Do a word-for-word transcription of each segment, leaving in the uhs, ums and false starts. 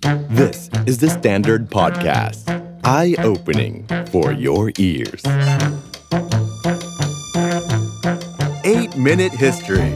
This is the Standard Podcast. Eye-opening for your ears. eight minute History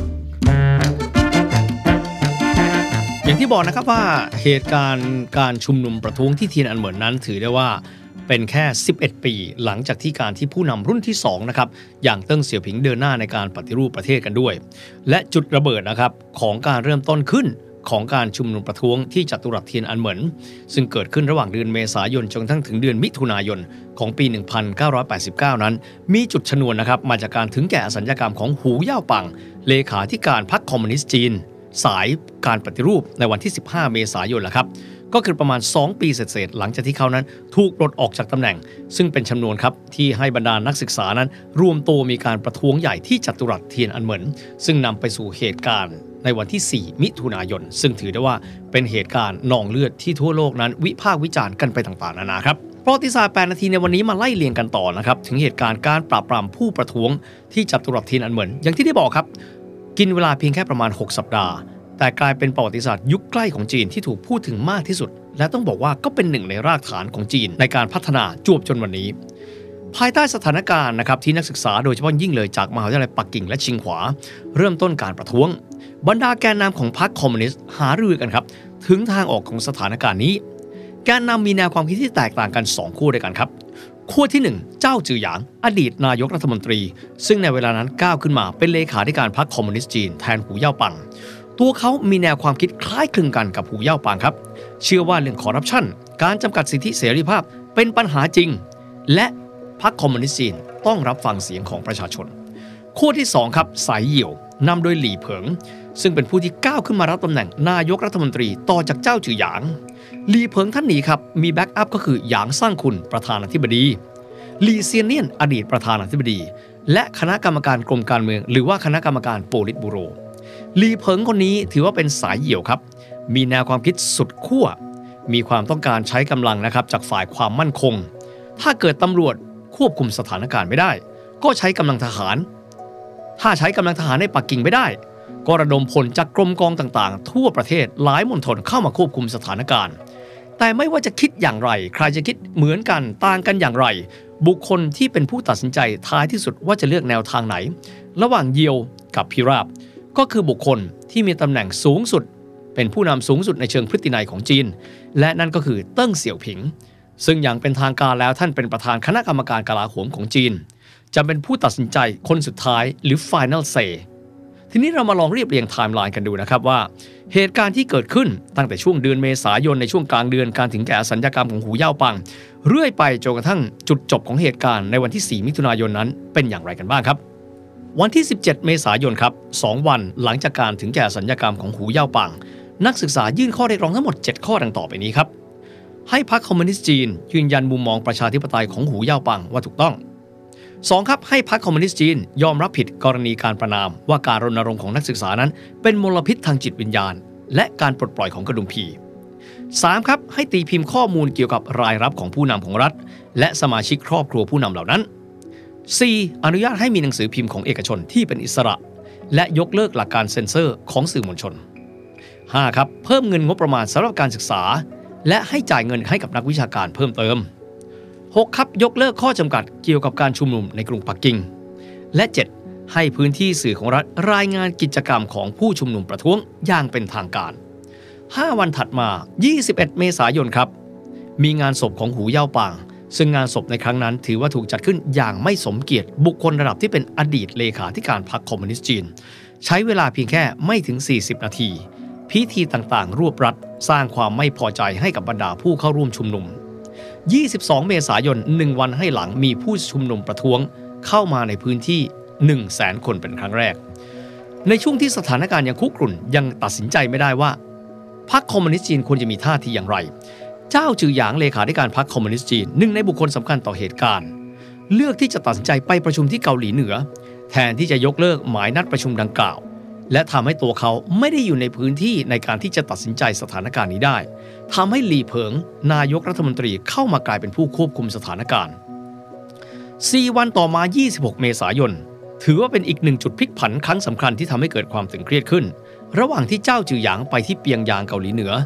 อย่างที่บอกนะครับว่าเหตุการณ์การชุมนุมประท้วงที่เทียนอันเหมินนั้นถือได้ว่าเป็นแค่สิบเอ็ดปีหลังจากที่การที่ผู้นำรุ่นที่สองนะครับอย่างเติ้งเสี่ยวผิงเดินหน้าในการปฏิรูปประเทศกันด้วยและจุดระเบิดนะครับของการเริ่มต้นขึ้นของการชุมนุมประท้วงที่จัตุรัสเทียนอันเหมินซึ่งเกิดขึ้นระหว่างเดือนเมษายนจนกระทั่งถึงเดือนมิถุนายนของปีหนึ่งพันเก้าร้อยแปดสิบเก้านั้นมีจุดชนวนนะครับมาจากการถึงแก่อสัญญกรรมของหูเย่าปังเลขาธิการพรรคคอมมิวนิสต์จีนสายการปฏิรูปในวันที่สิบห้าเมษายนแหละครับก็คือประมาณสองปีเศษๆหลังจากที่เขานั้นถูกปลดออกจากตำแหน่งซึ่งเป็นชนวนครับที่ให้บรรดานักศึกษานั้นรวมตัวมีการประท้วงใหญ่ที่จัตุรัสเทียนอันเหมินซึ่งนำไปสู่เหตุการณ์ในวันที่สี่มิถุนายนซึ่งถือได้ว่าเป็นเหตุการณ์นองเลือดที่ทั่วโลกนั้นวิพากษ์วิจารณ์กันไปต่างๆนานาครับประวัติศาสตร์แปดนาทีในวันนี้มาไล่เรียงกันต่อนะครับถึงเหตุการณ์การปราบปรามผู้ประท้วงที่จัตุรัสเทียนอันเหมินอย่างที่ได้บอกครับกินเวลาเพียงแค่ประมาณหกสัปดาห์แต่กลายเป็นประวัติศาสตร์ยุคใกล้ของจีนที่ถูกพูดถึงมากที่สุดและต้องบอกว่าก็เป็นหนึ่งในรากฐานของจีนในการพัฒนาจวบจนวันนี้ภายใต้สถานการณ์นะครับที่นักศึกษาโดยเฉพาะยิ่งเลยจากมหาวิทยาลัยปักกิ่งและชิงขวาเริ่มต้นการประท้วงบรรดาแกนนำของพรรคคอมมิวนิสต์หารือกันครับถึงทางออกของสถานการณ์นี้แกนนำมีแนวความคิดที่แตกต่างกันสองขั้วด้วยกันครับขั้วที่หนึ่งเจ้าจือหยางอดีตนายกรัฐมนตรีซึ่งในเวลานั้นก้าวขึ้นมาเป็นเลขาธิการพรรคคอมมิวนิสต์จีนแทนหูเย่าปังตัวเขามีแนวความคิดคล้ายคลึงกันกับหูเย่าปังครับเชื่อว่าเรื่องคอร์รัปชันการจำกัดสิทธิเสรีภาพเป็นปัญหาจริงและพรรคคอมมิวนิสต์จีนต้องรับฟังเสียงของประชาชนขั้วที่สองครับสายเหี่ยวนำโดยหลี่เผิงซึ่งเป็นผู้ที่ก้าวขึ้นมารับตำแหน่งนายกรัฐมนตรีต่อจากเจ้าจือหยางหลี่เผิงท่านนี้ครับมีแบ็กอัพก็คือหยางซ่างคุณประธานาธิบดีหลี่เซียนเนียนอดีตประธานาธิบดีและคณะกรรมการกรมการเมืองหรือว่าคณะกรรมการโปลิตบูโรหลี่เผิงคนนี้ถือว่าเป็นสายเหี่ยวครับมีแนวความคิดสุดขั้วมีความต้องการใช้กำลังนะครับจากฝ่ายความมั่นคงถ้าเกิดตำรวจควบคุมสถานการณ์ไม่ได้ก็ใช้กำลังทหารถ้าใช้กำลังทหารในปักกิ่งไม่ได้ก็ระดมพลจากกรมกองต่างๆทั่วประเทศหลายมณฑลเข้ามาควบคุมสถานการณ์แต่ไม่ว่าจะคิดอย่างไรใครจะคิดเหมือนกันต่างกันอย่างไรบุคคลที่เป็นผู้ตัดสินใจท้ายที่สุดว่าจะเลือกแนวทางไหนระหว่างเยียวกับพิราบก็คือบุคคลที่มีตำแหน่งสูงสุดเป็นผู้นำสูงสุดในเชิงพฤตินัยของจีนและนั่นก็คือเติ้งเสี่ยวผิงซึ่งอย่างเป็นทางการแล้วท่านเป็นประธานคณะกรรมการกลาโหมของจีนจะเป็นผู้ตัดสินใจคนสุดท้ายหรือ Final Say ทีนี้เรามาลองเรียบเรียงไทม์ไลน์กันดูนะครับว่าเหตุการณ์ที่เกิดขึ้นตั้งแต่ช่วงเดือนเมษายนในช่วงกลางเดือนการถึงแก่อสัญญกรรมของหูเย่าปังเรื่อยไปจนกระทั่งจุดจบของเหตุการณ์ในวันที่สี่มิถุนายนนั้นเป็นอย่างไรกันบ้างครับวันที่สิบเจ็ดเมษายนครับสองวันหลังจากการถึงแก่อสัญญกรรมของหูเย่าปังนักศึกษายื่นข้อเรียกร้องทั้งหมดเจ็ดข้อดังต่อไปนี้ครับให้พรรคคอมมิวนิสต์จีนยืนยันมุมมองประชาธิปไตยของหูเย่าปังว่าถูกต้องสองครับให้พรรคคอมมิวนิสต์จีนยอมรับผิดกรณีการประณามว่าการรณรงค์ของนักศึกษานั้นเป็นมลพิษทางจิตวิญญาณและการปลดปล่อยของกระดุมพีสามครับให้ตีพิมพ์ข้อมูลเกี่ยวกับรายรับของผู้นำของรัฐและสมาชิกครอบครัวผู้นำเหล่านั้นสี่อนุญาตให้มีหนังสือพิมพ์ของเอกชนที่เป็นอิสระและยกเลิกหลักการเซ็นเซอร์ของสื่อมวลชนห้าครับเพิ่มเงินงบประมาณสำหรับการศึกษาและให้จ่ายเงินให้กับนักวิชาการเพิ่มเติมหกครับยกเลิกข้อจำกัดเกี่ยวกับการชุมนุมในกรุงปักกิ่งและเจ็ดให้พื้นที่สื่อของรัฐรายงานกิจกรรมของผู้ชุมนุมประท้วงอย่างเป็นทางการห้าวันถัดมายี่สิบเอ็ดเมษายนครับมีงานศพของหูเย่าปังซึ่งงานศพในครั้งนั้นถือว่าถูกจัดขึ้นอย่างไม่สมเกียรติบุคคลระดับที่เป็นอดีตเลขาธิการพรรคคอมมิวนิสต์จีนใช้เวลาเพียงแค่ไม่ถึงสี่สิบนาทีพิธีต่างๆรวบรัดสร้างความไม่พอใจให้กับบรรดาผู้เข้าร่วมชุมนุมยี่สิบสองเมษายนหนึ่งวันให้หลังมีผู้ชุมนุมประท้วงเข้ามาในพื้นที่ หนึ่งแสน คนเป็นครั้งแรกในช่วงที่สถานการณ์ยังคุกรุ่นยังตัดสินใจไม่ได้ว่าพรรคคอมมิวนิสต์จีนควรจะมีท่าทีอย่างไรเจ้าจือหยางเลขาธิการพรรคคอมมิวนิสต์จีนหนึ่งในบุคคลสำคัญต่อเหตุการณ์เลือกที่จะตัดสินใจไปประชุมที่เกาหลีเหนือแทนที่จะยกเลิกหมายนัดประชุมดังกล่าวและทำให้ตัวเขาไม่ได้อยู่ในพื้นที่ในการที่จะตัดสินใจสถานการณ์นี้ได้ทำให้หลี่เผิงนายกรัฐมนตรีเข้ามากลายเป็นผู้ควบคุมสถานการณ์สี่วันต่อมายี่สิบหกเมษายนถือว่าเป็นอีกหนึ่งจุดพลิกผันครั้งสำคัญที่ทำให้เกิดความตึงเครียดขึ้นระหว่างที่เจ้าจือหยางไปที่เปียงยางเกาหลีเหนือ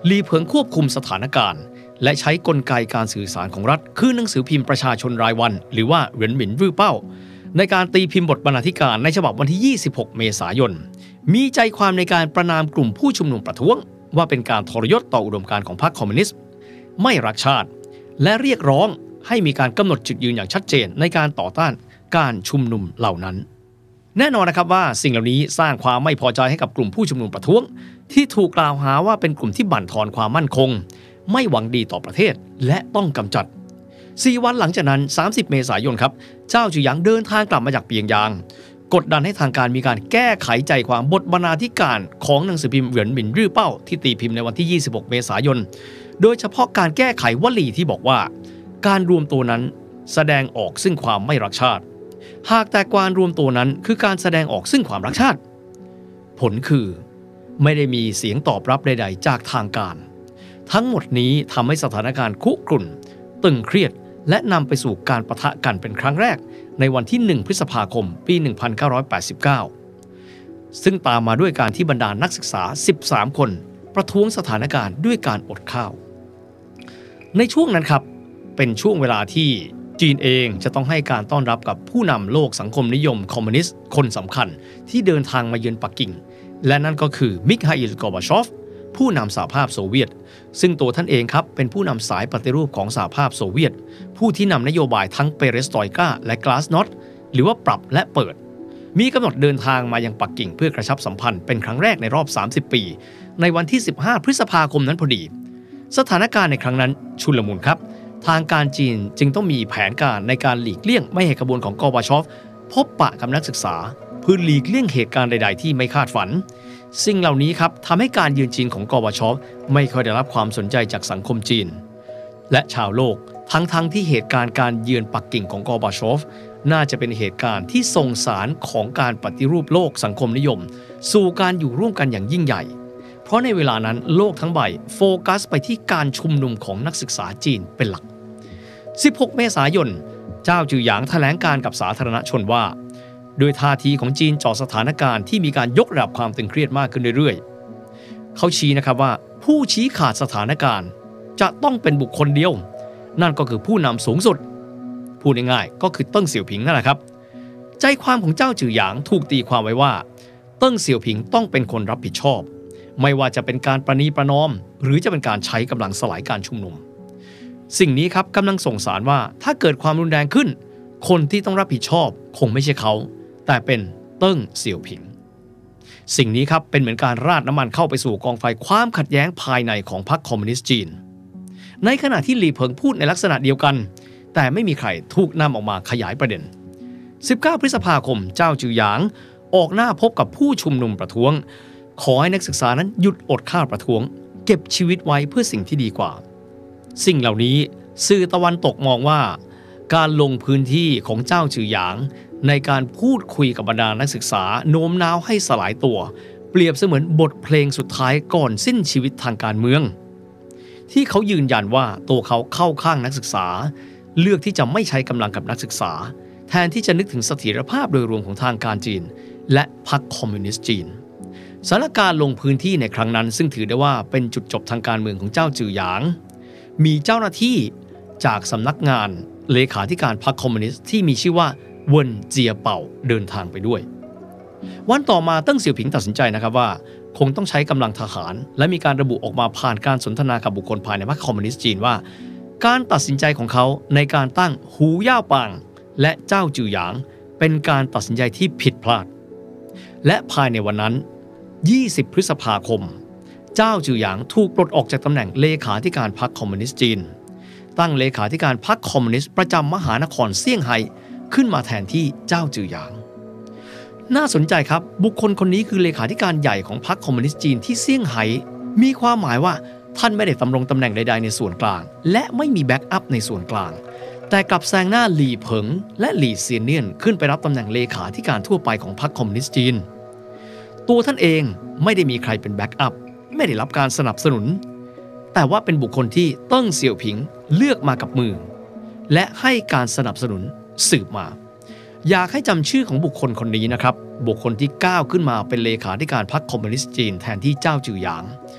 ลีเผิงควบคุมสถานการณ์และใช้กลไกการสื่อสารของรัฐคือหนังสือพิมพ์ประชาชนรายวันหรือว่าเหรินหมินรื่อเป้าในการตีพิมพ์บทบรรณาธิการในฉบับวันที่ยี่สิบหกเมษายนมีใจความในการประณามกลุ่มผู้ชุมนุมประท้วงว่าเป็นการทรยศต่ออุดมการณ์ของพรรคคอมมิวนิสต์ไม่รักชาติและเรียกร้องให้มีการกำหนดจุดยืนอย่างชัดเจนในการต่อต้านการชุมนุมเหล่านั้นแน่นอนนะครับว่าสิ่งเหล่านี้สร้างความไม่พอใจให้กับกลุ่มผู้ชุมนุมประท้วงที่ถูกกล่าวหาว่าเป็นกลุ่มที่บั่นทอนความมั่นคงไม่หวังดีต่อประเทศและต้องกำจัดสี่วันหลังจากนั้นสามสิบเมษายนครับเจ้าจือหยางเดินทางกลับมาจากเปียงยางกดดันให้ทางการมีการแก้ไขใจความบทบรรณาธิการของหนังสือพิมพ์เหรินหมินรื่อเป้าที่ตีพิมพ์ในวันที่ยี่สิบหกเมษายนโดยเฉพาะการแก้ไขวลีที่บอกว่าการรวมตัวนั้นแสดงออกซึ่งความไม่รักชาติหากแต่การรวมตัวนั้นคือการแสดงออกซึ่งความรักชาติผลคือไม่ได้มีเสียงตอบรับใดๆจากทางการทั้งหมดนี้ทำให้สถานการณ์คุกรุ่นตึงเครียดและนำไปสู่การปะทะกันเป็นครั้งแรกในวันที่หนึ่งพฤษภาคมปีหนึ่งพันเก้าร้อยแปดสิบเก้าซึ่งตามมาด้วยการที่บรรดานักศึกษาสิบสามคนประท้วงสถานการณ์ด้วยการอดข้าวในช่วงนั้นครับเป็นช่วงเวลาที่จีนเองจะต้องให้การต้อนรับกับผู้นำโลกสังคมนิยมคอมมิวนิสต์คนสำคัญที่เดินทางมาเยือนปักกิ่งและนั่นก็คือมิคฮาอิล กอร์บาชอฟผู้นำสหภาพโซเวียตซึ่งตัวท่านเองครับเป็นผู้นำสายปฏิรูปของสหภาพโซเวียตผู้ที่นำนโยบายทั้งเปเรสตรอยกาและกลาสน็อตหรือว่าปรับและเปิดมีกำหนดเดินทางมายังปักกิ่งเพื่อกระชับสัมพันธ์เป็นครั้งแรกในรอบสามสิบปีในวันที่สิบห้าพฤษภาคมนั้นพอดีสถานการณ์ในครั้งนั้นชุลมุนครับทางการจีนจึงต้องมีแผนการในการหลีกเลี่ยงไม่ให้ขบวนของกอร์บาชอฟพบปะกับนักศึกษาเพื่อหลีกเลี่ยงเหตุการณ์ใดๆที่ไม่คาดฝันสิ่งเหล่านี้ครับทำให้การเยือนจีนของกอร์บาชอฟไม่ค่อยได้รับความสนใจจากสังคมจีนและชาวโลกทั้งๆ ท, ที่เหตุการณ์การเยือนปักกิ่งของกอร์บาชอฟน่าจะเป็นเหตุการณ์ที่ส่งสารของการปฏิรูปโลกสังคมนิยมสู่การอยู่ร่วมกันอย่างยิ่งใหญ่เพราะในเวลานั้นโลกทั้งใบโฟกัสไปที่การชุมนุมของนักศึกษาจีนเป็นหลักสิบหกเมษายนเจ้าจือหยางแถลงการกับสาธารณชนว่าโดยท่าทีของจีนต่อสถานการณ์ที่มีการยกระดับความตึงเครียดมากขึ้นเรื่อยๆเขาชี้นะครับว่าผู้ชี้ขาดสถานการณ์จะต้องเป็นบุคคลเดียวนั่นก็คือผู้นำสูงสุดพูดง่ายๆก็คือเติ้งเสี่ยวผิงนั่นแหละครับใจความของเจ้าจือหยางถูกตีความไว้ว่าเติ้งเสี่ยวผิงต้องเป็นคนรับผิดชอบไม่ว่าจะเป็นการประนีประนอมหรือจะเป็นการใช้กำลังสลายการชุมนุมสิ่งนี้ครับกำลังส่งสารว่าถ้าเกิดความรุนแรงขึ้นคนที่ต้องรับผิดชอบคงไม่ใช่เขาแต่เป็นเติ้งเสี่ยวผิงสิ่งนี้ครับเป็นเหมือนการราดน้ำมันเข้าไปสู่กองไฟความขัดแย้งภายในของพรรคคอมมิวนิสต์จีนในขณะที่หลี่เผิงพูดในลักษณะเดียวกันแต่ไม่มีใครถูกนำออกมาขยายประเด็นสิบเก้าพฤษภาคมเจ้าจือหยางออกหน้าพบกับผู้ชุมนุมประท้วงขอให้นักศึกษานั้นหยุดอดข้าวประท้วงเก็บชีวิตไว้เพื่อสิ่งที่ดีกว่าสิ่งเหล่านี้สื่อตะวันตกมองว่าการลงพื้นที่ของเจ้าจือหยางในการพูดคุยกับบรรดานักศึกษาโน้มน้าวให้สลายตัวเปรียบเสมือนบทเพลงสุดท้ายก่อนสิ้นชีวิตทางการเมืองที่เขายืนยันว่าตัวเขาเข้าข้างนักศึกษาเลือกที่จะไม่ใช้กำลังกับนักศึกษาแทนที่จะนึกถึงเสถียรภาพโดยรวมของทางการจีนและพรรคคอมมิวนิสต์จีนสถานการณ์ลงพื้นที่ในครั้งนั้นซึ่งถือได้ว่าเป็นจุดจบทางการเมืองของเจ้าจือหยางมีเจ้าหน้าที่จากสำนักงานเลขาธิการพรรคคอมมิวนิสต์ที่มีชื่อว่าเวินเจียเป่าเดินทางไปด้วยวันต่อมาเติ้งเสี่ยวผิงตัดสินใจนะครับว่าคงต้องใช้กำลังทหารและมีการระบุออกมาผ่านการสนทนากับบุคคลภายในพรรคคอมมิวนิสต์จีนว่าการตัดสินใจของเขาในการตั้งหูย่าปางและเจ้าจือหยางเป็นการตัดสินใจที่ผิดพลาดและภายในวันนั้นยี่สิบพฤษภาคมเจ้าจือหยางถูกปลดออกจากตำแหน่งเลขาธิการพรรคคอมมิวนิสต์จีนตั้งเลขาธิการพรรคคอมมิวนิสต์ประจำมหานครเซี่ยงไฮ้ขึ้นมาแทนที่เจ้าจือหยางน่าสนใจครับบุคคลคนนี้คือเลขาธิการใหญ่ของพรรคคอมมิวนิสต์จีนที่เซี่ยงไฮ้มีความหมายว่าท่านไม่ได้ดำรงตำแหน่งใดๆในส่วนกลางและไม่มีแบ็กอัพในส่วนกลางแต่กลับแซงหน้าหลี่เผิงและหลี่เซียนเนียนขึ้นไปรับตำแหน่งเลขาธิการทั่วไปของพรรคคอมมิวนิสต์จีนตัวท่านเองไม่ได้มีใครเป็นแบ็กอัพไม่ได้รับการสนับสนุนแต่ว่าเป็นบุคคลที่เติ้งเสี่ยวผิงเลือกมากับมือและให้การสนับสนุนสืบมาอยากให้จำชื่อของบุคคลคนนี้นะครับบุคคลที่ก้าวขึ้นมาเป็นเลขาธิการพรรคคอมมิวนิสต์จีนแทนที่เจ้าจือหยางเพ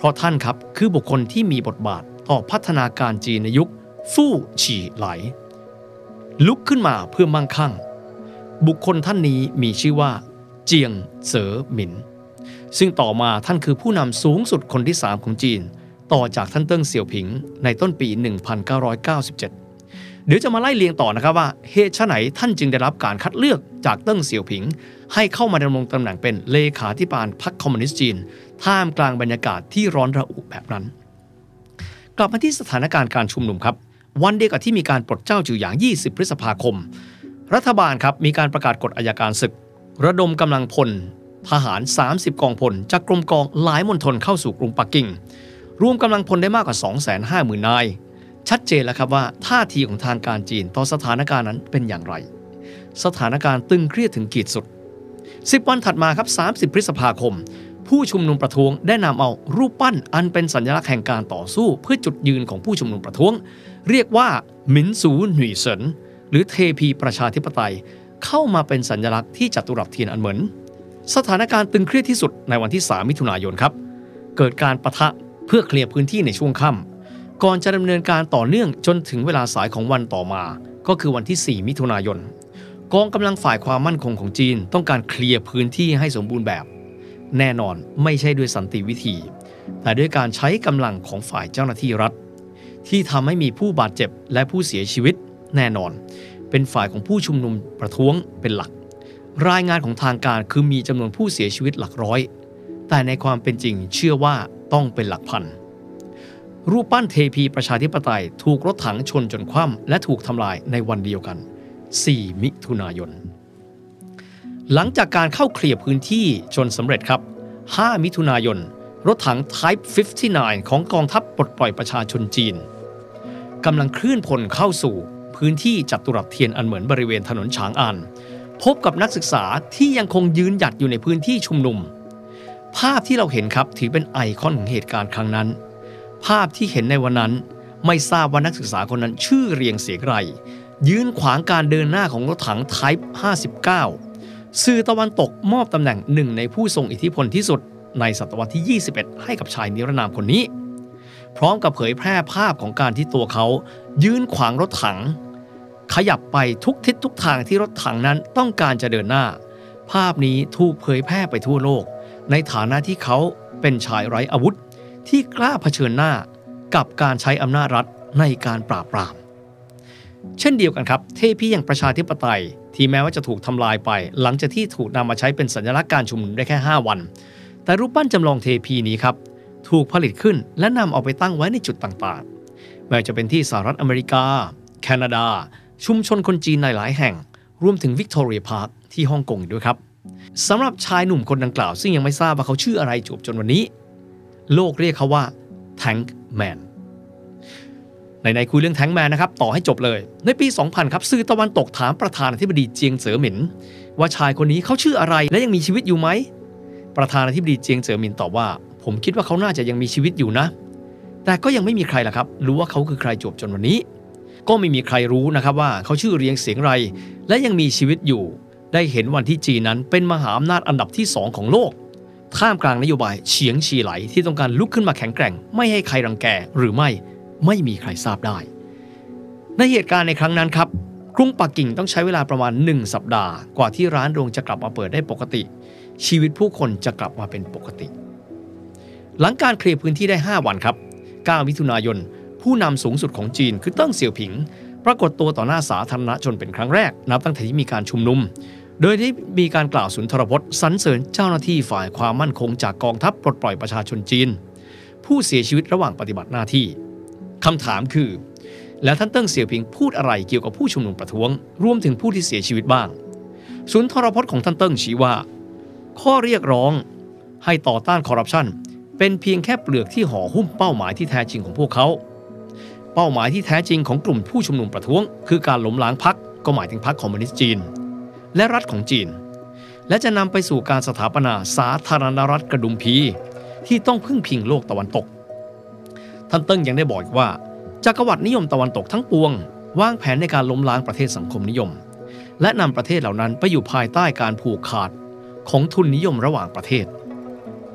ราะท่านครับคือบุคคลที่มีบทบาทต่อพัฒนาการจีนในยุคฟู่ฉี่ไหลลุกขึ้นมาเพื่อมั่งคั่งบุคคลท่านนี้มีชื่อว่าเจียงเจ๋อหมินซึ่งต่อมาท่านคือผู้นำสูงสุดคนที่สามของจีนต่อจากท่านเติ้งเสี่ยวผิงในต้นปีหนึ่งพันเก้าร้อยเก้าสิบเจ็ดเดี๋ยวจะมาไล่เรียงต่อนะครับว่าเหตุไฉนท่านจึงได้รับการคัดเลือกจากเติ้งเสี่ยวผิงให้เข้ามาดำรงตำแหน่งเป็นเลขาธิการพรรคคอมมิวนิสต์จีนท่ามกลางบรรยากาศที่ร้อนระอุแบบนั้นกลับมาที่สถานการณ์การชุมนุมครับวันเดียวกับที่มีการปลดเจ้าจื่อหยางยี่สิบพฤษภาคมรัฐบาลครับมีการประกาศกฎอัยการศึกระดมกำลังพลทหารสามสิบกองพลจากกรมกองหลายมณฑลเข้าสู่กรุงปักกิ่งรวมกำลังพลได้มากกว่า สองแสนห้าหมื่น นายชัดเจนแล้วครับว่าท่าทีของทางการจีนต่อสถานการณ์นั้นเป็นอย่างไรสถานการณ์ตึงเครียดถึงขีดสุดสิบวันถัดมาครับสามสิบพฤษภาคมผู้ชุมนุมประท้วงได้นำเอารูปปั้นอันเป็นสัญลักษณ์แห่งการต่อสู้เพื่อจุดยืนของผู้ชุมนุมประท้วงเรียกว่าหมินซูหนุ่ยเซินหรือเทพีประชาธิปไตยเข้ามาเป็นสัญลักษณ์ที่จัตุรัสเทียนอันเหมินสถานการณ์ตึงเครียดที่สุดในวันที่สามมิถุนายนครับเกิดการปะทะเพื่อเคลียร์พื้นที่ในช่วงค่ำก่อนจะดำเนินการต่อเนื่องจนถึงเวลาสายของวันต่อมาก็คือวันที่สี่มิถุนายนกองกำลังฝ่ายความมั่นคงของจีนต้องการเคลียร์พื้นที่ให้สมบูรณ์แบบแน่นอนไม่ใช่ด้วยสันติวิธีแต่ด้วยการใช้กำลังของฝ่ายเจ้าหน้าที่รัฐที่ทำให้มีผู้บาดเจ็บและผู้เสียชีวิตแน่นอนเป็นฝ่ายของผู้ชุมนุมประท้วงเป็นหลักรายงานของทางการคือมีจำนวนผู้เสียชีวิตหลักร้อยแต่ในความเป็นจริงเชื่อว่าต้องเป็นหลักพันรูปปั้นเทพีประชาธิปไตยถูกรถถังชนจนคว่ำและถูกทำลายในวันเดียวกันสี่มิถุนายนหลังจากการเข้าเคลียร์พื้นที่จนสำเร็จครับห้ามิถุนายนรถถัง Type ห้าสิบเก้า ของกองทัพปลดปล่อยประชาชนจีนกำลังเคลื่อนพลเข้าสู่พื้นที่จัตุรัสเทียนอันเหมือนบริเวณถนนฉางอันพบกับนักศึกษาที่ยังคงยืนหยัดอยู่ในพื้นที่ชุมนุมภาพที่เราเห็นครับถือเป็นไอคอนของเหตุการณ์ครั้งนั้นภาพที่เห็นในวันนั้นไม่ทราบว่านักศึกษาคนนั้นชื่อเรียงเสียงไรยืนขวางการเดินหน้าของรถถัง Type ห้าสิบเก้าสื่อตะวันตกมอบตำแหน่งหนึ่งในผู้ทรงอิทธิพลที่สุดในศตวรรษที่ยี่สิบเอ็ดให้กับชายนิรนามคนนี้พร้อมกับเผยแพร่ภาพของการที่ตัวเขายืนขวางรถถังขยับไปทุกทิศทุกทางที่รถถังนั้นต้องการจะเดินหน้าภาพนี้ถูกเผยแพร่ไปทั่วโลกในฐานะที่เขาเป็นชายไร้อาวุธที่กล้าเผชิญหน้ากับการใช้อำนาจรัฐในการปราบปรามเช่นเดียวกันครับเทพีอย่างประชาธิปไตยที่แม้ว่าจะถูกทำลายไปหลังจากที่ถูกนำมาใช้เป็นสัญลักษณ์การชุมนุมได้แค่ห้าวันแต่รูปปั้นจำลองเทพีนี้ครับถูกผลิตขึ้นและนำเอาไปตั้งไว้ในจุดต่างๆไม่ว่าจะเป็นที่สหรัฐอเมริกาแคนาดาชุมชนคนจีนในหลายแห่งรวมถึงวิกตอเรียพาร์คที่ฮ่องกงด้วยครับสำหรับชายหนุ่มคนดังกล่าวซึ่งยังไม่ทราบว่าเขาชื่ออะไรจวบจนวันนี้โลกเรียกเขาว่า Tank Man ในในคุยเรื่อง Tank Man นะครับต่อให้จบเลยในปี สองพัน ครับสื่อตะวันตกถามประธานาธิบดีเจียงเจ๋อหมินว่าชายคนนี้เขาชื่ออะไรและยังมีชีวิตอยู่ไหมประธานาธิบดีเจียงเจ๋อหมินตอบว่าผมคิดว่าเขาน่าจะยังมีชีวิตอยู่นะแต่ก็ยังไม่มีใครล่ะครับรู้ว่าเขาคือใครจวบจนวันนี้ก็ไม่มีใครรู้นะครับว่าเขาชื่อเรียงเสียงไรและยังมีชีวิตอยู่ได้เห็นวันที่จีนนั้นเป็นมหาอำนาจอันดับที่สองของโลกท่ามกลางนโยบายเฉียงฉีไหลที่ต้องการลุกขึ้นมาแข็งแกร่งไม่ให้ใครรังแกหรือไม่ไม่มีใครทราบได้ในเหตุการณ์ในครั้งนั้นครับกรุงปักกิ่งต้องใช้เวลาประมาณหนึ่งสัปดาห์กว่าที่ร้านโรงจะกลับมาเปิดได้ปกติชีวิตผู้คนจะกลับมาเป็นปกติหลังการเคลียร์พื้นที่ได้ห้าวันครับเก้ามิถุนายนผู้นำสูงสุดของจีนคือเติ้งเสี่ยวผิงปรากฏตัวต่อหน้าสาธารณชนเป็นครั้งแรกนับตั้งแต่ที่มีการชุมนุมโดยที่มีการกล่าวสุนทรพจน์สรรเสริญเจ้าหน้าที่ฝ่ายความมั่นคงจากกองทัพปลดปล่อยประชาชนจีนผู้เสียชีวิตระหว่างปฏิบัติหน้าที่คำถามคือแล้วท่านเติ้งเสี่ยวผิงพูดอะไรเกี่ยวกับผู้ชุมนุมประท้วงรวมถึงผู้ที่เสียชีวิตบ้างสุนทรพจน์ของท่านเติ้งชี้ว่าข้อเรียกร้องให้ต่อต้านคอร์รัปชันเป็นเพียงแค่เปลือกที่ห่อหุ้มเป้าหมายที่แท้จริงของพวกเขาเป้าหมายที่แท้จริงของกลุ่มผู้ชุมนุมประท้วงคือการล้มล้างพรรคก็หมายถึงพรรคคอมมิวนิสต์จีนและรัฐของจีนและจะนำไปสู่การสถาปนาสาธารณรัฐกระดุมพีที่ต้องพึ่งพิงโลกตะวันตกท่านเติ้งยังได้บอกว่าจักรวรรดินิยมตะวันตกทั้งปวงวางแผนในการล้มล้างประเทศสังคมนิยมและนำประเทศเหล่านั้นไปอยู่ภายใต้การผูกขาดของทุนนิยมระหว่างประเทศ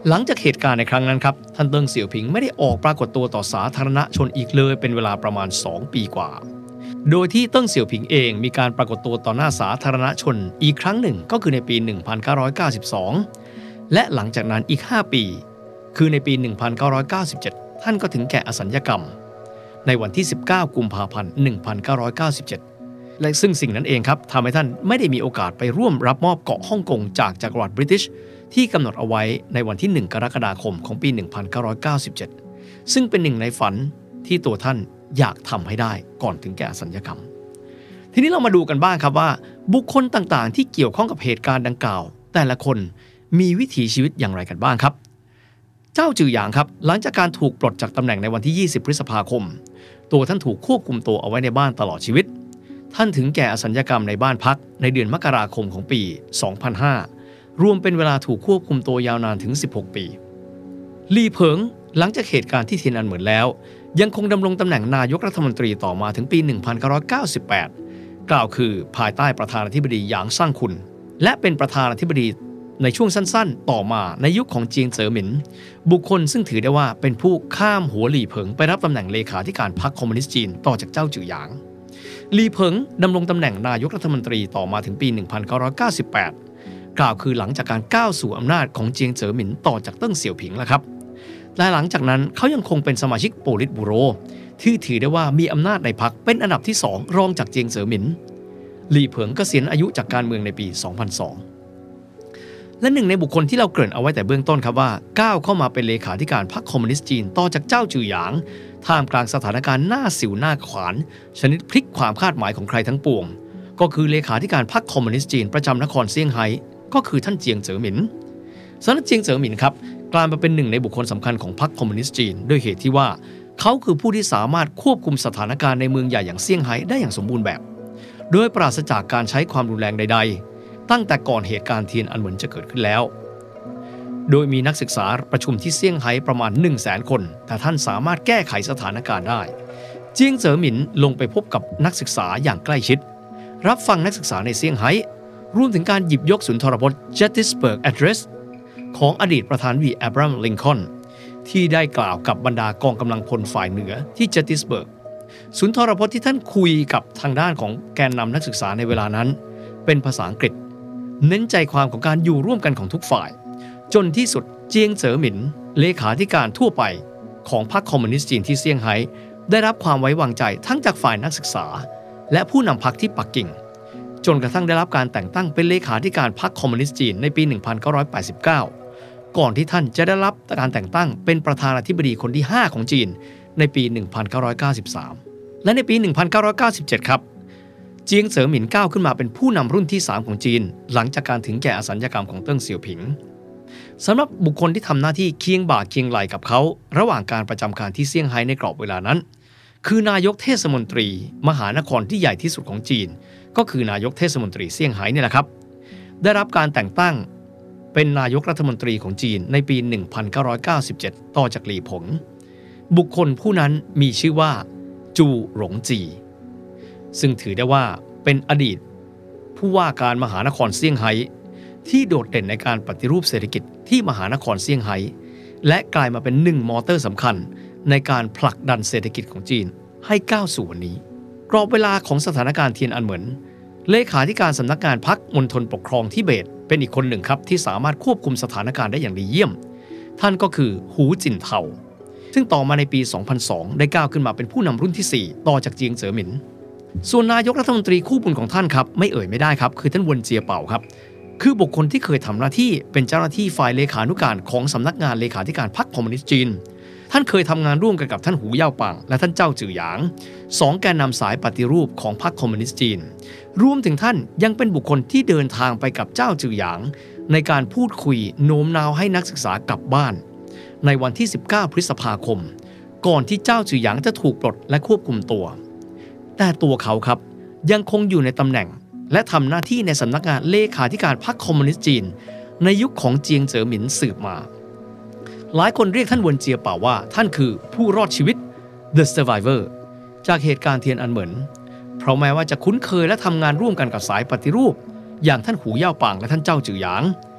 หลังจากเหตุการณ์ในครั้งนั้นครับท่านเติ้งเสี่ยวผิงไม่ได้ออกปรากฏตัวต่อสาธารณชนอีกเลยเป็นเวลาประมาณสองปีกว่าโดยที่เติ้งเสี่ยวผิงเองมีการปรากฏตัวต่อหน้าสาธารณชนอีกครั้งหนึ่งก็คือในปีหนึ่งพันเก้าร้อยเก้าสิบสองและหลังจากนั้นอีกห้าปีคือในปีหนึ่งพันเก้าร้อยเก้าสิบเจ็ดท่านก็ถึงแก่อสัญญกรรมในวันที่สิบเก้ากุมภาพันธ์หนึ่งพันเก้าร้อยเก้าสิบเจ็ดและซึ่งสิ่งนั้นเองครับทำให้ท่านไม่ได้มีโอกาสไปร่วมรับมอบเกาะฮ่องกงจากจักรวรรดิบริติชที่กำหนดเอาไว้ในวันที่หนึ่งกรกฎาคมของปีหนึ่งพันเก้าร้อยเก้าสิบเจ็ดซึ่งเป็นหนึ่งในฝันที่ตัวท่านอยากทำให้ได้ก่อนถึงแก่อสัญญกรรมทีนี้เรามาดูกันบ้างครับว่าบุคคลต่างๆที่เกี่ยวข้องกับเหตุการณ์ดังกล่าวแต่ละคนมีวิถีชีวิตอย่างไรกันบ้างครับเจ้าจือหยางครับหลังจากการถูกปลดจากตำแหน่งในวันที่ยี่สิบพฤษภาคมตัวท่านถูกควบคุมตัวเอาไว้ในบ้านตลอดชีวิตท่านถึงแก่อสัญญกรรมในบ้านพักในเดือนมกราคมของปีสองพันห้ารวมเป็นเวลาถูกควบคุมตัวยาวนานถึงสิบหกปีลี่เผิงหลังจากเหตุการณ์ที่เทียนอันเหมินแล้วยังคงดำรงตำแหน่งนายกรัฐมนตรีต่อมาถึงปีหนึ่งพันเก้าร้อยเก้าสิบแปดกล่าวคือภายใต้ประธานาธิบดีหยางซั่งคุนและเป็นประธานาธิบดีในช่วงสั้นๆต่อมาในยุคของเจียงเจ๋อหมินบุคคลซึ่งถือได้ว่าเป็นผู้ข้ามหัวหลี่เผิงไปรับตำแหน่งเลขาธิการพรรคคอมมิวนิสต์จีนต่อจากเจ้าจือหยางหลี่เผิงดำรงตำแหน่งนายกรัฐมนตรีต่อมาถึงปีหนึ่งพันเก้าร้อยเก้าสิบแปดกล่าวคือหลังจากการก้าวสู่อำนาจของเจียงเจ๋อหมินต่อจากเติ้งเสี่ยวผิงแล้วครับและหลังจากนั้นเขายังคงเป็นสมาชิกโปลิตบูโรที่ถือได้ว่ามีอำนาจในพรรคเป็นอันดับที่สองรองจากเจียงเจ๋อหมินหลี่เผิงเกษียณอายุจากการเมืองในปีสองพันสองและหนึ่งในบุคคลที่เราเกริ่นเอาไว้แต่เบื้องต้นครับว่าก้าวเข้ามาเป็นเลขาธิการพรรคคอมมิวนิสต์จีนต่อจากเจ้าจือหยางท่ามกลางสถานการณ์หน้าสิวหน้าขวานชนิดพลิกความคาดหมายของใครทั้งปวงก็คือเลขาธิการพรรคคอมมิวนิสต์จีนประจำนครเซี่ยงไฮ้ก็คือท่านเจียงเจ๋อหมินสำนักเจียงเจ๋อหมินครับกลายมาเป็นหนึ่งในบุคคลสำคัญของพรรคคอมมิวนิสต์จีนด้วยเหตุที่ว่าเขาคือผู้ที่สามารถควบคุมสถานการณ์ในเมืองใหญ่อย่างเซี่ยงไฮ้ได้อย่างสมบูรณ์แบบโดยปราศจากการใช้ความรุนแรงใดๆตั้งแต่ก่อนเหตุการณ์เทียนอันเหมินจะเกิดขึ้นแล้วโดยมีนักศึกษาประชุมที่เซี่ยงไฮ้ประมาณ หนึ่งแสน คนแต่ท่านสามารถแก้ไขสถานการณ์ได้เจียงเจ๋อหมินลงไปพบกับนักศึกษาอย่างใกล้ชิดรับฟังนักศึกษาในเซี่ยงไฮ้รวมถึงการหยิบยกสุนทรพจน์ Gettysburg Address ของอดีตประธานาธิบดีอับราฮัม ลิงคอล์นที่ได้กล่าวกับบรรดากองกำลังพลฝ่ายเหนือที่ Gettysburg สุนทรพจน์ที่ท่านคุยกับทางด้านของแกนนำนักศึกษาในเวลานั้นเป็นภาษาอังกฤษเน้นใจความของการอยู่ร่วมกันของทุกฝ่ายจนที่สุดเจียงเจ๋อหมินเลขาธิการทั่วไปของพรรคคอมมิวนิสต์จีนที่เซี่ยงไฮ้ได้รับความไว้วางใจทั้งจากฝ่ายนักศึกษาและผู้นำพรรคที่ปักกิ่งจนกระทั่งได้รับการแต่งตั้งเป็นเลขาธิการพรรคคอมมิวนิสต์จีนในปีหนึ่งพันเก้าร้อยแปดสิบเก้าก่อนที่ท่านจะได้รับการแต่งตั้งเป็นประธานาธิบดีคนที่ห้าของจีนในปีหนึ่งพันเก้าร้อยเก้าสิบสามและในปีหนึ่งพันเก้าร้อยเก้าสิบเจ็ดครับเจียงเจ๋อหมินก้าวขึ้นมาเป็นผู้นำรุ่นที่สามของจีนหลังจากการถึงแก่อสัญญกรรมของเติ้งเสี่ยวผิงสำหรับบุคคลที่ทำหน้าที่เคียงบ่าเคียงไหล่กับเขาระหว่างการประจำการที่เซี่ยงไฮ้ในกรอบเวลานั้นคือนายกเทศมนตรีมหานครที่ใหญ่ที่สุดของจีนก็คือนายกเทศมนตรีเซี่ยงไฮ้นี่แหละครับได้รับการแต่งตั้งเป็นนายกรัฐมนตรีของจีนในปีหนึ่งพันเก้าร้อยเก้าสิบเจ็ดต่อจากหลี่ผงบุคคลผู้นั้นมีชื่อว่าจูหลงจีซึ่งถือได้ว่าเป็นอดีตผู้ว่าการมหานครเซี่ยงไฮ้ที่โดดเด่นในการปฏิรูปเศรษฐกิจที่มหานครเซี่ยงไฮ้และกลายมาเป็นหนึ่งมอเตอร์สำคัญในการผลักดันเศรษฐกิจของจีนให้ก้าวสู่วันนี้กรอบเวลาของสถานการณ์เทียนอันเหมินเลขาธิการสำนักงานพรรคมณฑลปกครองทิเบตเป็นอีกคนหนึ่งครับที่สามารถควบคุมสถานการณ์ได้อย่างดีเยี่ยมท่านก็คือหูจินเทาซึ่งต่อมาในปีสองพันสองได้ก้าวขึ้นมาเป็นผู้นำรุ่นที่สี่ต่อจากเจียงเจ๋อหมินส่วนนายกรัฐมนตรีคู่บุญของท่านครับไม่เอ่ยไม่ได้ครับคือท่านเวินเจียเป่าครับคือบุคคลที่เคยทำหน้าที่เป็นเจ้าหน้าที่ฝ่ายเลขานุการของสำนักงานเลขาธิการพรรคคอมมิวนิสต์จีนท่านเคยทำงานร่วมกันกับท่านหูเย่าปังและท่านเจ้าจือหยางสองแกนนำสายปฏิรูปของพรรคคอมมิวนิสต์จีนรวมถึงท่านยังเป็นบุคคลที่เดินทางไปกับเจ้าจือหยางในการพูดคุยโน้มน้าวให้นักศึกษากลับบ้านในวันที่สิบเก้าพฤษภาคมก่อนที่เจ้าจือหยางจะถูกปลดและควบคุมตัวแต่ตัวเขาครับยังคงอยู่ในตำแหน่งและทำหน้าที่ในสำนักงานเลขาธิการพรรคคอมมิวนิสต์จีนในยุคของเจียงเจ๋อหมินสืบมาหลายคนเรียกท่านเวินเจียเป่าว่าท่านคือผู้รอดชีวิต The Survivor จากเหตุการณ์เทียนอันเหมินเพราะแม้ว่าจะคุ้นเคยและทำงานร่วมกันกับสายปฏิรูปอย่างท่านหูเย่าปางและท่านเจ้าจือหยาง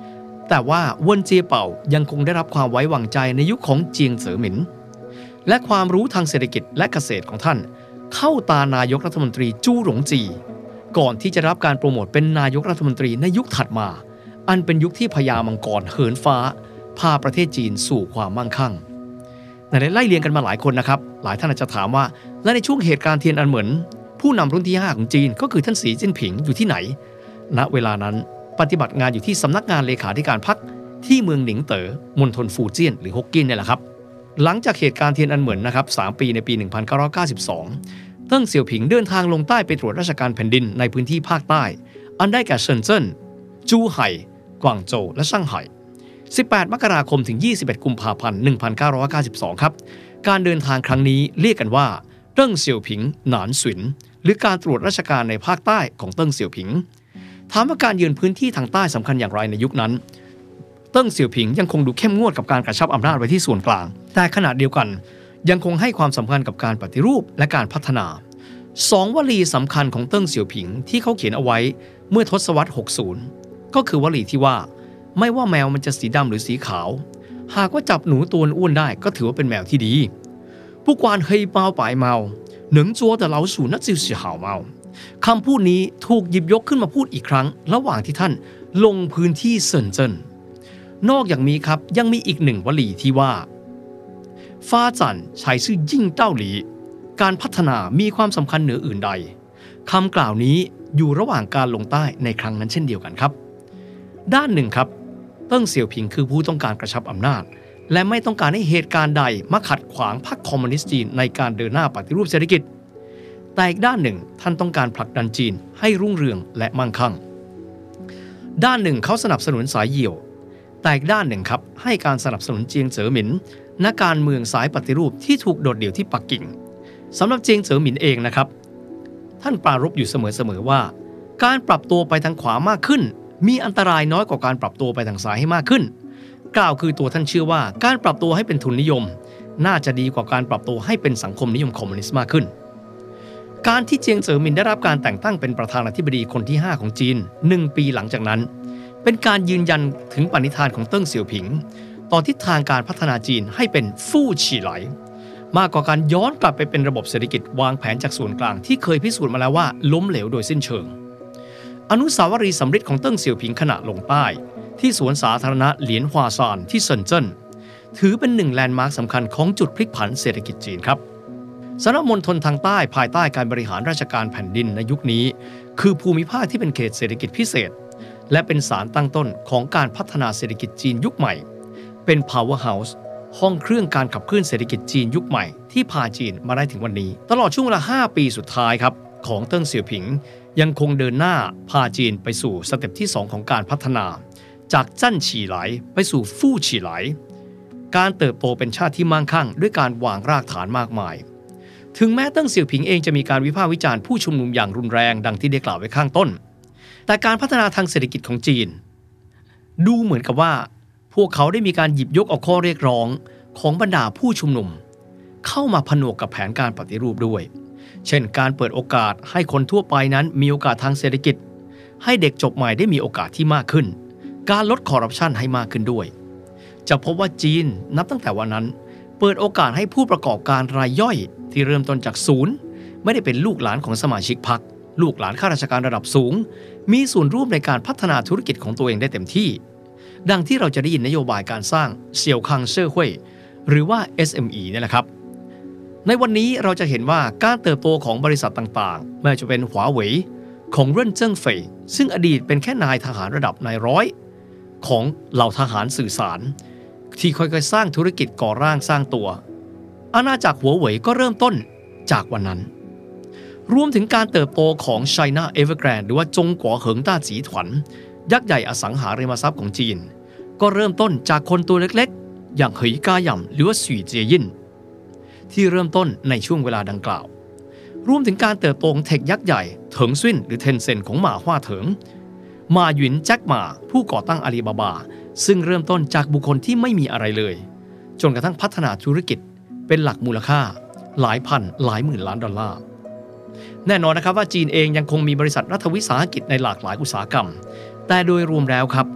แต่ว่าเวินเจียเป่ายังคงได้รับความไว้วางใจในยุคของเจียงเจ๋อหมินและความรู้ทางเศรษฐกิจและเกษตรของท่านเข้าตานายกรัฐมนตรีจู้หลงจีก่อนที่จะรับการโปรโมทเป็นนายกรัฐมนตรีในยุคถัดมาอันเป็นยุคที่พญามังกรเหินฟ้าพาประเทศจีนสู่ความมั่งคั่งในไล่เรียงกันมาหลายคนนะครับหลายท่านอาจจะถามว่าและในช่วงเหตุการณ์เทียนอันเหมินผู้นำรุ่นที่ห้าของจีนก็คือท่านสีจิ้นผิงอยู่ที่ไหนณเวลานั้นปฏิบัติงานอยู่ที่สำนักงานเลขาธิการพรรคที่เมืองหนิงเต๋อมณฑลฟูเจี้ยนหรือฮกกินเนี่ยแหละครับหลังจากเหตุการณ์เทียนอันเหมินนะครับสามปีในปีหนึ่งพันเก้าร้อยเก้าสิบสองเติ้งเสี่ยวผิงเดินทางลงใต้ไปตรวจราชการแผ่นดินในพื้นที่ภาคใต้อันได้แก่เซินเจิ้นจูไห่กวางโจวและซ่างไห่สิบแปดมกราคมถึงยี่สิบเอ็ดกุมภาพันธ์หนึ่งพันเก้าร้อยเก้าสิบสองครับการเดินทางครั้งนี้เรียกกันว่าเติ้งเสี่ยวผิงหนานสุนหรือการตรวจราชการในภาคใต้ของเติ้งเสี่ยวผิงถามว่าการยืนพื้นที่ทางใต้สำคัญอย่างไรในยุคนั้นเติ้งเสี่ยวผิงยังคงดูเข้มงวดกับการกระชับอำนาจไว้ที่ส่วนกลางแต่ขณะเดียวกันยังคงให้ความสำคัญกับการปฏิรูปและการพัฒนาสองวลีสำคัญของเติ้งเสี่ยวผิงที่เขาเขียนเอาไว้เมื่อทศวรรษหกสิบก็คือวลีที่ว่าไม่ว่าแมวมันจะสีดำหรือสีขาวหากว่าจับหนูตัวอ้วนได้ก็ถือว่าเป็นแมวที่ดีผู้กวานเฮยเปาป่ายเมาหนึ่งจัวแต่เหลาสู่นัดจิวสีหาวเมาคำพูดนี้ถูกหยิบยกขึ้นมาพูดอีกครั้งระหว่างที่ท่านลงพื้นที่เซินเจิ้นนอกจากนี้ครับยังมีอีกหนึ่งวลีที่ว่าฟ้าจันใช้ชื่อยิ่งเต้าหลีการพัฒนามีความสำคัญเหนืออื่นใดคำกล่าวนี้อยู่ระหว่างการลงใต้ในครั้งนั้นเช่นเดียวกันครับด้านหนึ่งครับเติ้งเสี่ยวผิงคือผู้ต้องการกระชับอำนาจและไม่ต้องการให้เหตุการณ์ใดมาขัดขวางพรรคคอมมิวนิสต์จีนในการเดินหน้าปฏิรูปเศรษฐกิจแต่อีกด้านหนึ่งท่านต้องการผลักดันจีนให้รุ่งเรืองและมั่งคั่งด้านหนึ่งเขาสนับสนุนสายเหี่ยวแต่อีกด้านหนึ่งครับให้การสนับสนุนเจียงเจ๋อหมินนักการเมืองสายปฏิรูปที่ถูกโดดเดี่ยวที่ปักกิ่งสำหรับเจียงเจ๋อหมินเองนะครับท่านปรารภอยู่เสมอๆว่าการปรับตัวไปทางขวามากขึ้นมีอันตรายน้อยกว่าการปรับตัวไปทางซ้ายให้มากขึ้นกล่าวคือตัวท่านเชื่อว่าการปรับตัวให้เป็นทุนนิยมน่าจะดีกว่าการปรับตัวให้เป็นสังคมนิยมคอมมิวนิสต์มากขึ้นการที่เจียงเจ๋อหมินได้รับการแต่งตั้งเป็นประธานาธิบดีคนที่ห้าของจีนหนึ่งปีหลังจากนั้นเป็นการยืนยันถึงปณิธานของเติ้งเสี่ยวผิงต่อทิศทางการพัฒนาจีนให้เป็นฟู่ฉี่ไหลมากกว่าการย้อนกลับไปเป็นระบบเศรษฐกิจวางแผนจากส่วนกลางที่เคยพิสูจน์มาแล้วว่าล้มเหลวโดยสิ้นเชิงอนุสาวรีย์สำริดของเติ้งเสี่ยวผิงขณะลงใต้ที่สวนสาธารณะเหลียนฮวาซานที่เซินเจิ้นถือเป็นหนึ่งแลนด์มาร์คสำคัญของจุดพลิกผันเศรษฐกิจจีนครับสำหรับมณฑลทางใต้ภายใต้การบริหารราชการแผ่นดินในยุคนี้คือภูมิภาคที่เป็นเขตเศรษฐกิจพิเศษและเป็นสารตั้งต้นของการพัฒนาเศรษฐกิจจีนยุคใหม่เป็น power house ห้องเครื่องการขับเคลื่อนเศรษฐกิจจีนยุคใหม่ที่พาจีนมาได้ถึงวันนี้ตลอดช่วงเวลาห้าปีสุดท้ายครับของเติ้งเสี่ยวผิงยังคงเดินหน้าพาจีนไปสู่สเต็ปที่สองของการพัฒนาจากจั่นฉี่ไหลไปสู่ฟู่ฉี่ไหลการเติบโตเป็นชาติที่มั่งคั่งด้วยการวางรากฐานมากมายถึงแม้เติ้งเสี่ยวผิงเองจะมีการวิพากษ์วิจารณ์ผู้ชุมนุมอย่างรุนแรงดังที่ได้กล่าวไว้ข้างต้นแต่การพัฒนาทางเศรษฐกิจของจีนดูเหมือนกับว่าพวกเขาได้มีการหยิบยกเอาข้อเรียกร้องของบรรดาผู้ชุมนุมเข้ามาผนวกกับแผนการปฏิรูปด้วยเช่นการเปิดโอกาสให้คนทั่วไปนั้นมีโอกาสทางเศรษฐกิจให้เด็กจบใหม่ได้มีโอกาสที่มากขึ้นการลดคอร์รัปชันให้มากขึ้นด้วยจะพบว่าจีนนับตั้งแต่วันนั้นเปิดโอกาสให้ผู้ประกอบการรายย่อยที่เริ่มต้นจากศูนย์ไม่ได้เป็นลูกหลานของสมาชิกพรรคลูกหลานข้าราชการระดับสูงมีส่วนร่วมในการพัฒนาธุรกิจของตัวเองได้เต็มที่ดังที่เราจะได้ยินนโยบายการสร้างเสี่ยวคังเซ่อเว่ยหรือว่า เอส เอ็ม อี นี่แหละครับในวันนี้เราจะเห็นว่าการเติบโตของบริษัทต่างๆไม่ว่าจะเป็นหัวเว่ยของเริ่นเจิ้งเฟยซึ่งอดีตเป็นแค่นายทหารระดับนายร้อยของเหล่าทหารสื่อสารที่ค่อยๆสร้างธุรกิจก่อร่างสร้างตัวอาณาจักรหัวเว่ยก็เริ่มต้นจากวันนั้นรวมถึงการเติบโตของ China Evergrande หรือว่าจงกัวเหิงต้าจีถวันยักษ์ใหญ่อสังหาริมทรัพย์ของจีนก็เริ่มต้นจากคนตัวเล็กๆอย่างเหยกาหย่ำหรือว่าสุยเจียยินที่เริ่มต้นในช่วงเวลาดังกล่าวรวมถึงการเติบโตของเทคยักษ์ใหญ่เถิงซิ่นหรือเทนเซ็นของหมาฮวาเถิงมาหยินแจ็คหมาผู้ก่อตั้งอาลีบาบาซึ่งเริ่มต้นจากบุคคลที่ไม่มีอะไรเลยจนกระทั่งพัฒนาธุรกิจเป็นหลักมูลค่าหลายพันหลายหมื่นล้านดอลลาร์แน่นอนนะครับว่าจีนเองยังคงมีบริษัทรัฐวิสาหกิจในหลากหลายอุตสาหกรรมแต่โดยรวมแล้วครับ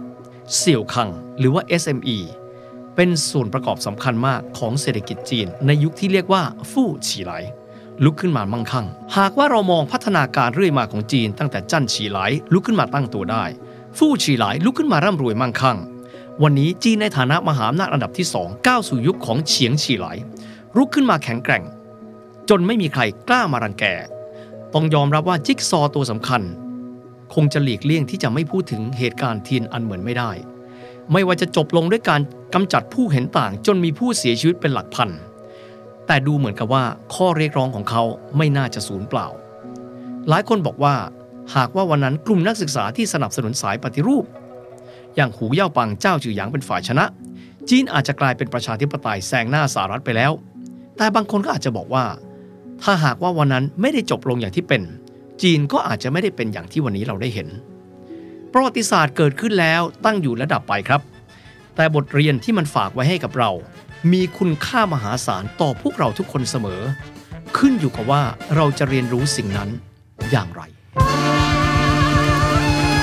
เสี่ยวคังหรือว่า เอส เอ็ม อี เป็นส่วนประกอบสำคัญมากของเศรษฐกิจจีนในยุคที่เรียกว่าฟู่ฉีไหลลุกขึ้นมามั่งคั่งหากว่าเรามองพัฒนาการเรื่อยมาของจีนตั้งแต่จั่นฉีไหลลุกขึ้นมาตั้งตัวได้ฟู่ฉีไหลลุกขึ้นมาร่ำรวยมั่งคั่งวันนี้จีนในฐานะมหาอำนาจอันดับที่สองก้าวสู่ยุคของเฉียงฉีไหลลุกขึ้นมาแข็งแกร่งจนไม่มีใครกล้ามารังแกต้องยอมรับว่าจิ๊กซอว์ตัวสำคัญคงจะหลีกเลี่ยงที่จะไม่พูดถึงเหตุการณ์เทียนอันเหมือนไม่ได้ไม่ว่าจะจบลงด้วยการกำจัดผู้เห็นต่างจนมีผู้เสียชีวิตเป็นหลักพันแต่ดูเหมือนกับว่าข้อเรียกร้องของเขาไม่น่าจะสูญเปล่าหลายคนบอกว่าหากว่าวันนั้นกลุ่มนักศึกษาที่สนับสนุนสายปฏิรูปอย่างหูเย่าปังเจ้าจือหยางเป็นฝ่ายชนะจีนอาจจะกลายเป็นประชาธิปไตยแซงหน้าสหรัฐไปแล้วแต่บางคนก็อาจจะบอกว่าถ้าหากว่าวันนั้นไม่ได้จบลงอย่างที่เป็นจีนก็อาจจะไม่ได้เป็นอย่างที่วันนี้เราได้เห็นประวัติศาสตร์เกิดขึ้นแล้วตั้งอยู่และดับไปครับแต่บทเรียนที่มันฝากไว้ให้กับเรามีคุณค่ามหาศาลต่อพวกเราทุกคนเสมอขึ้นอยู่กับว่าเราจะเรียนรู้สิ่งนั้นอย่างไร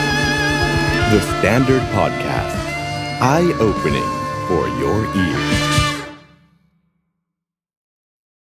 The Standard Podcast Eye Opening for your ears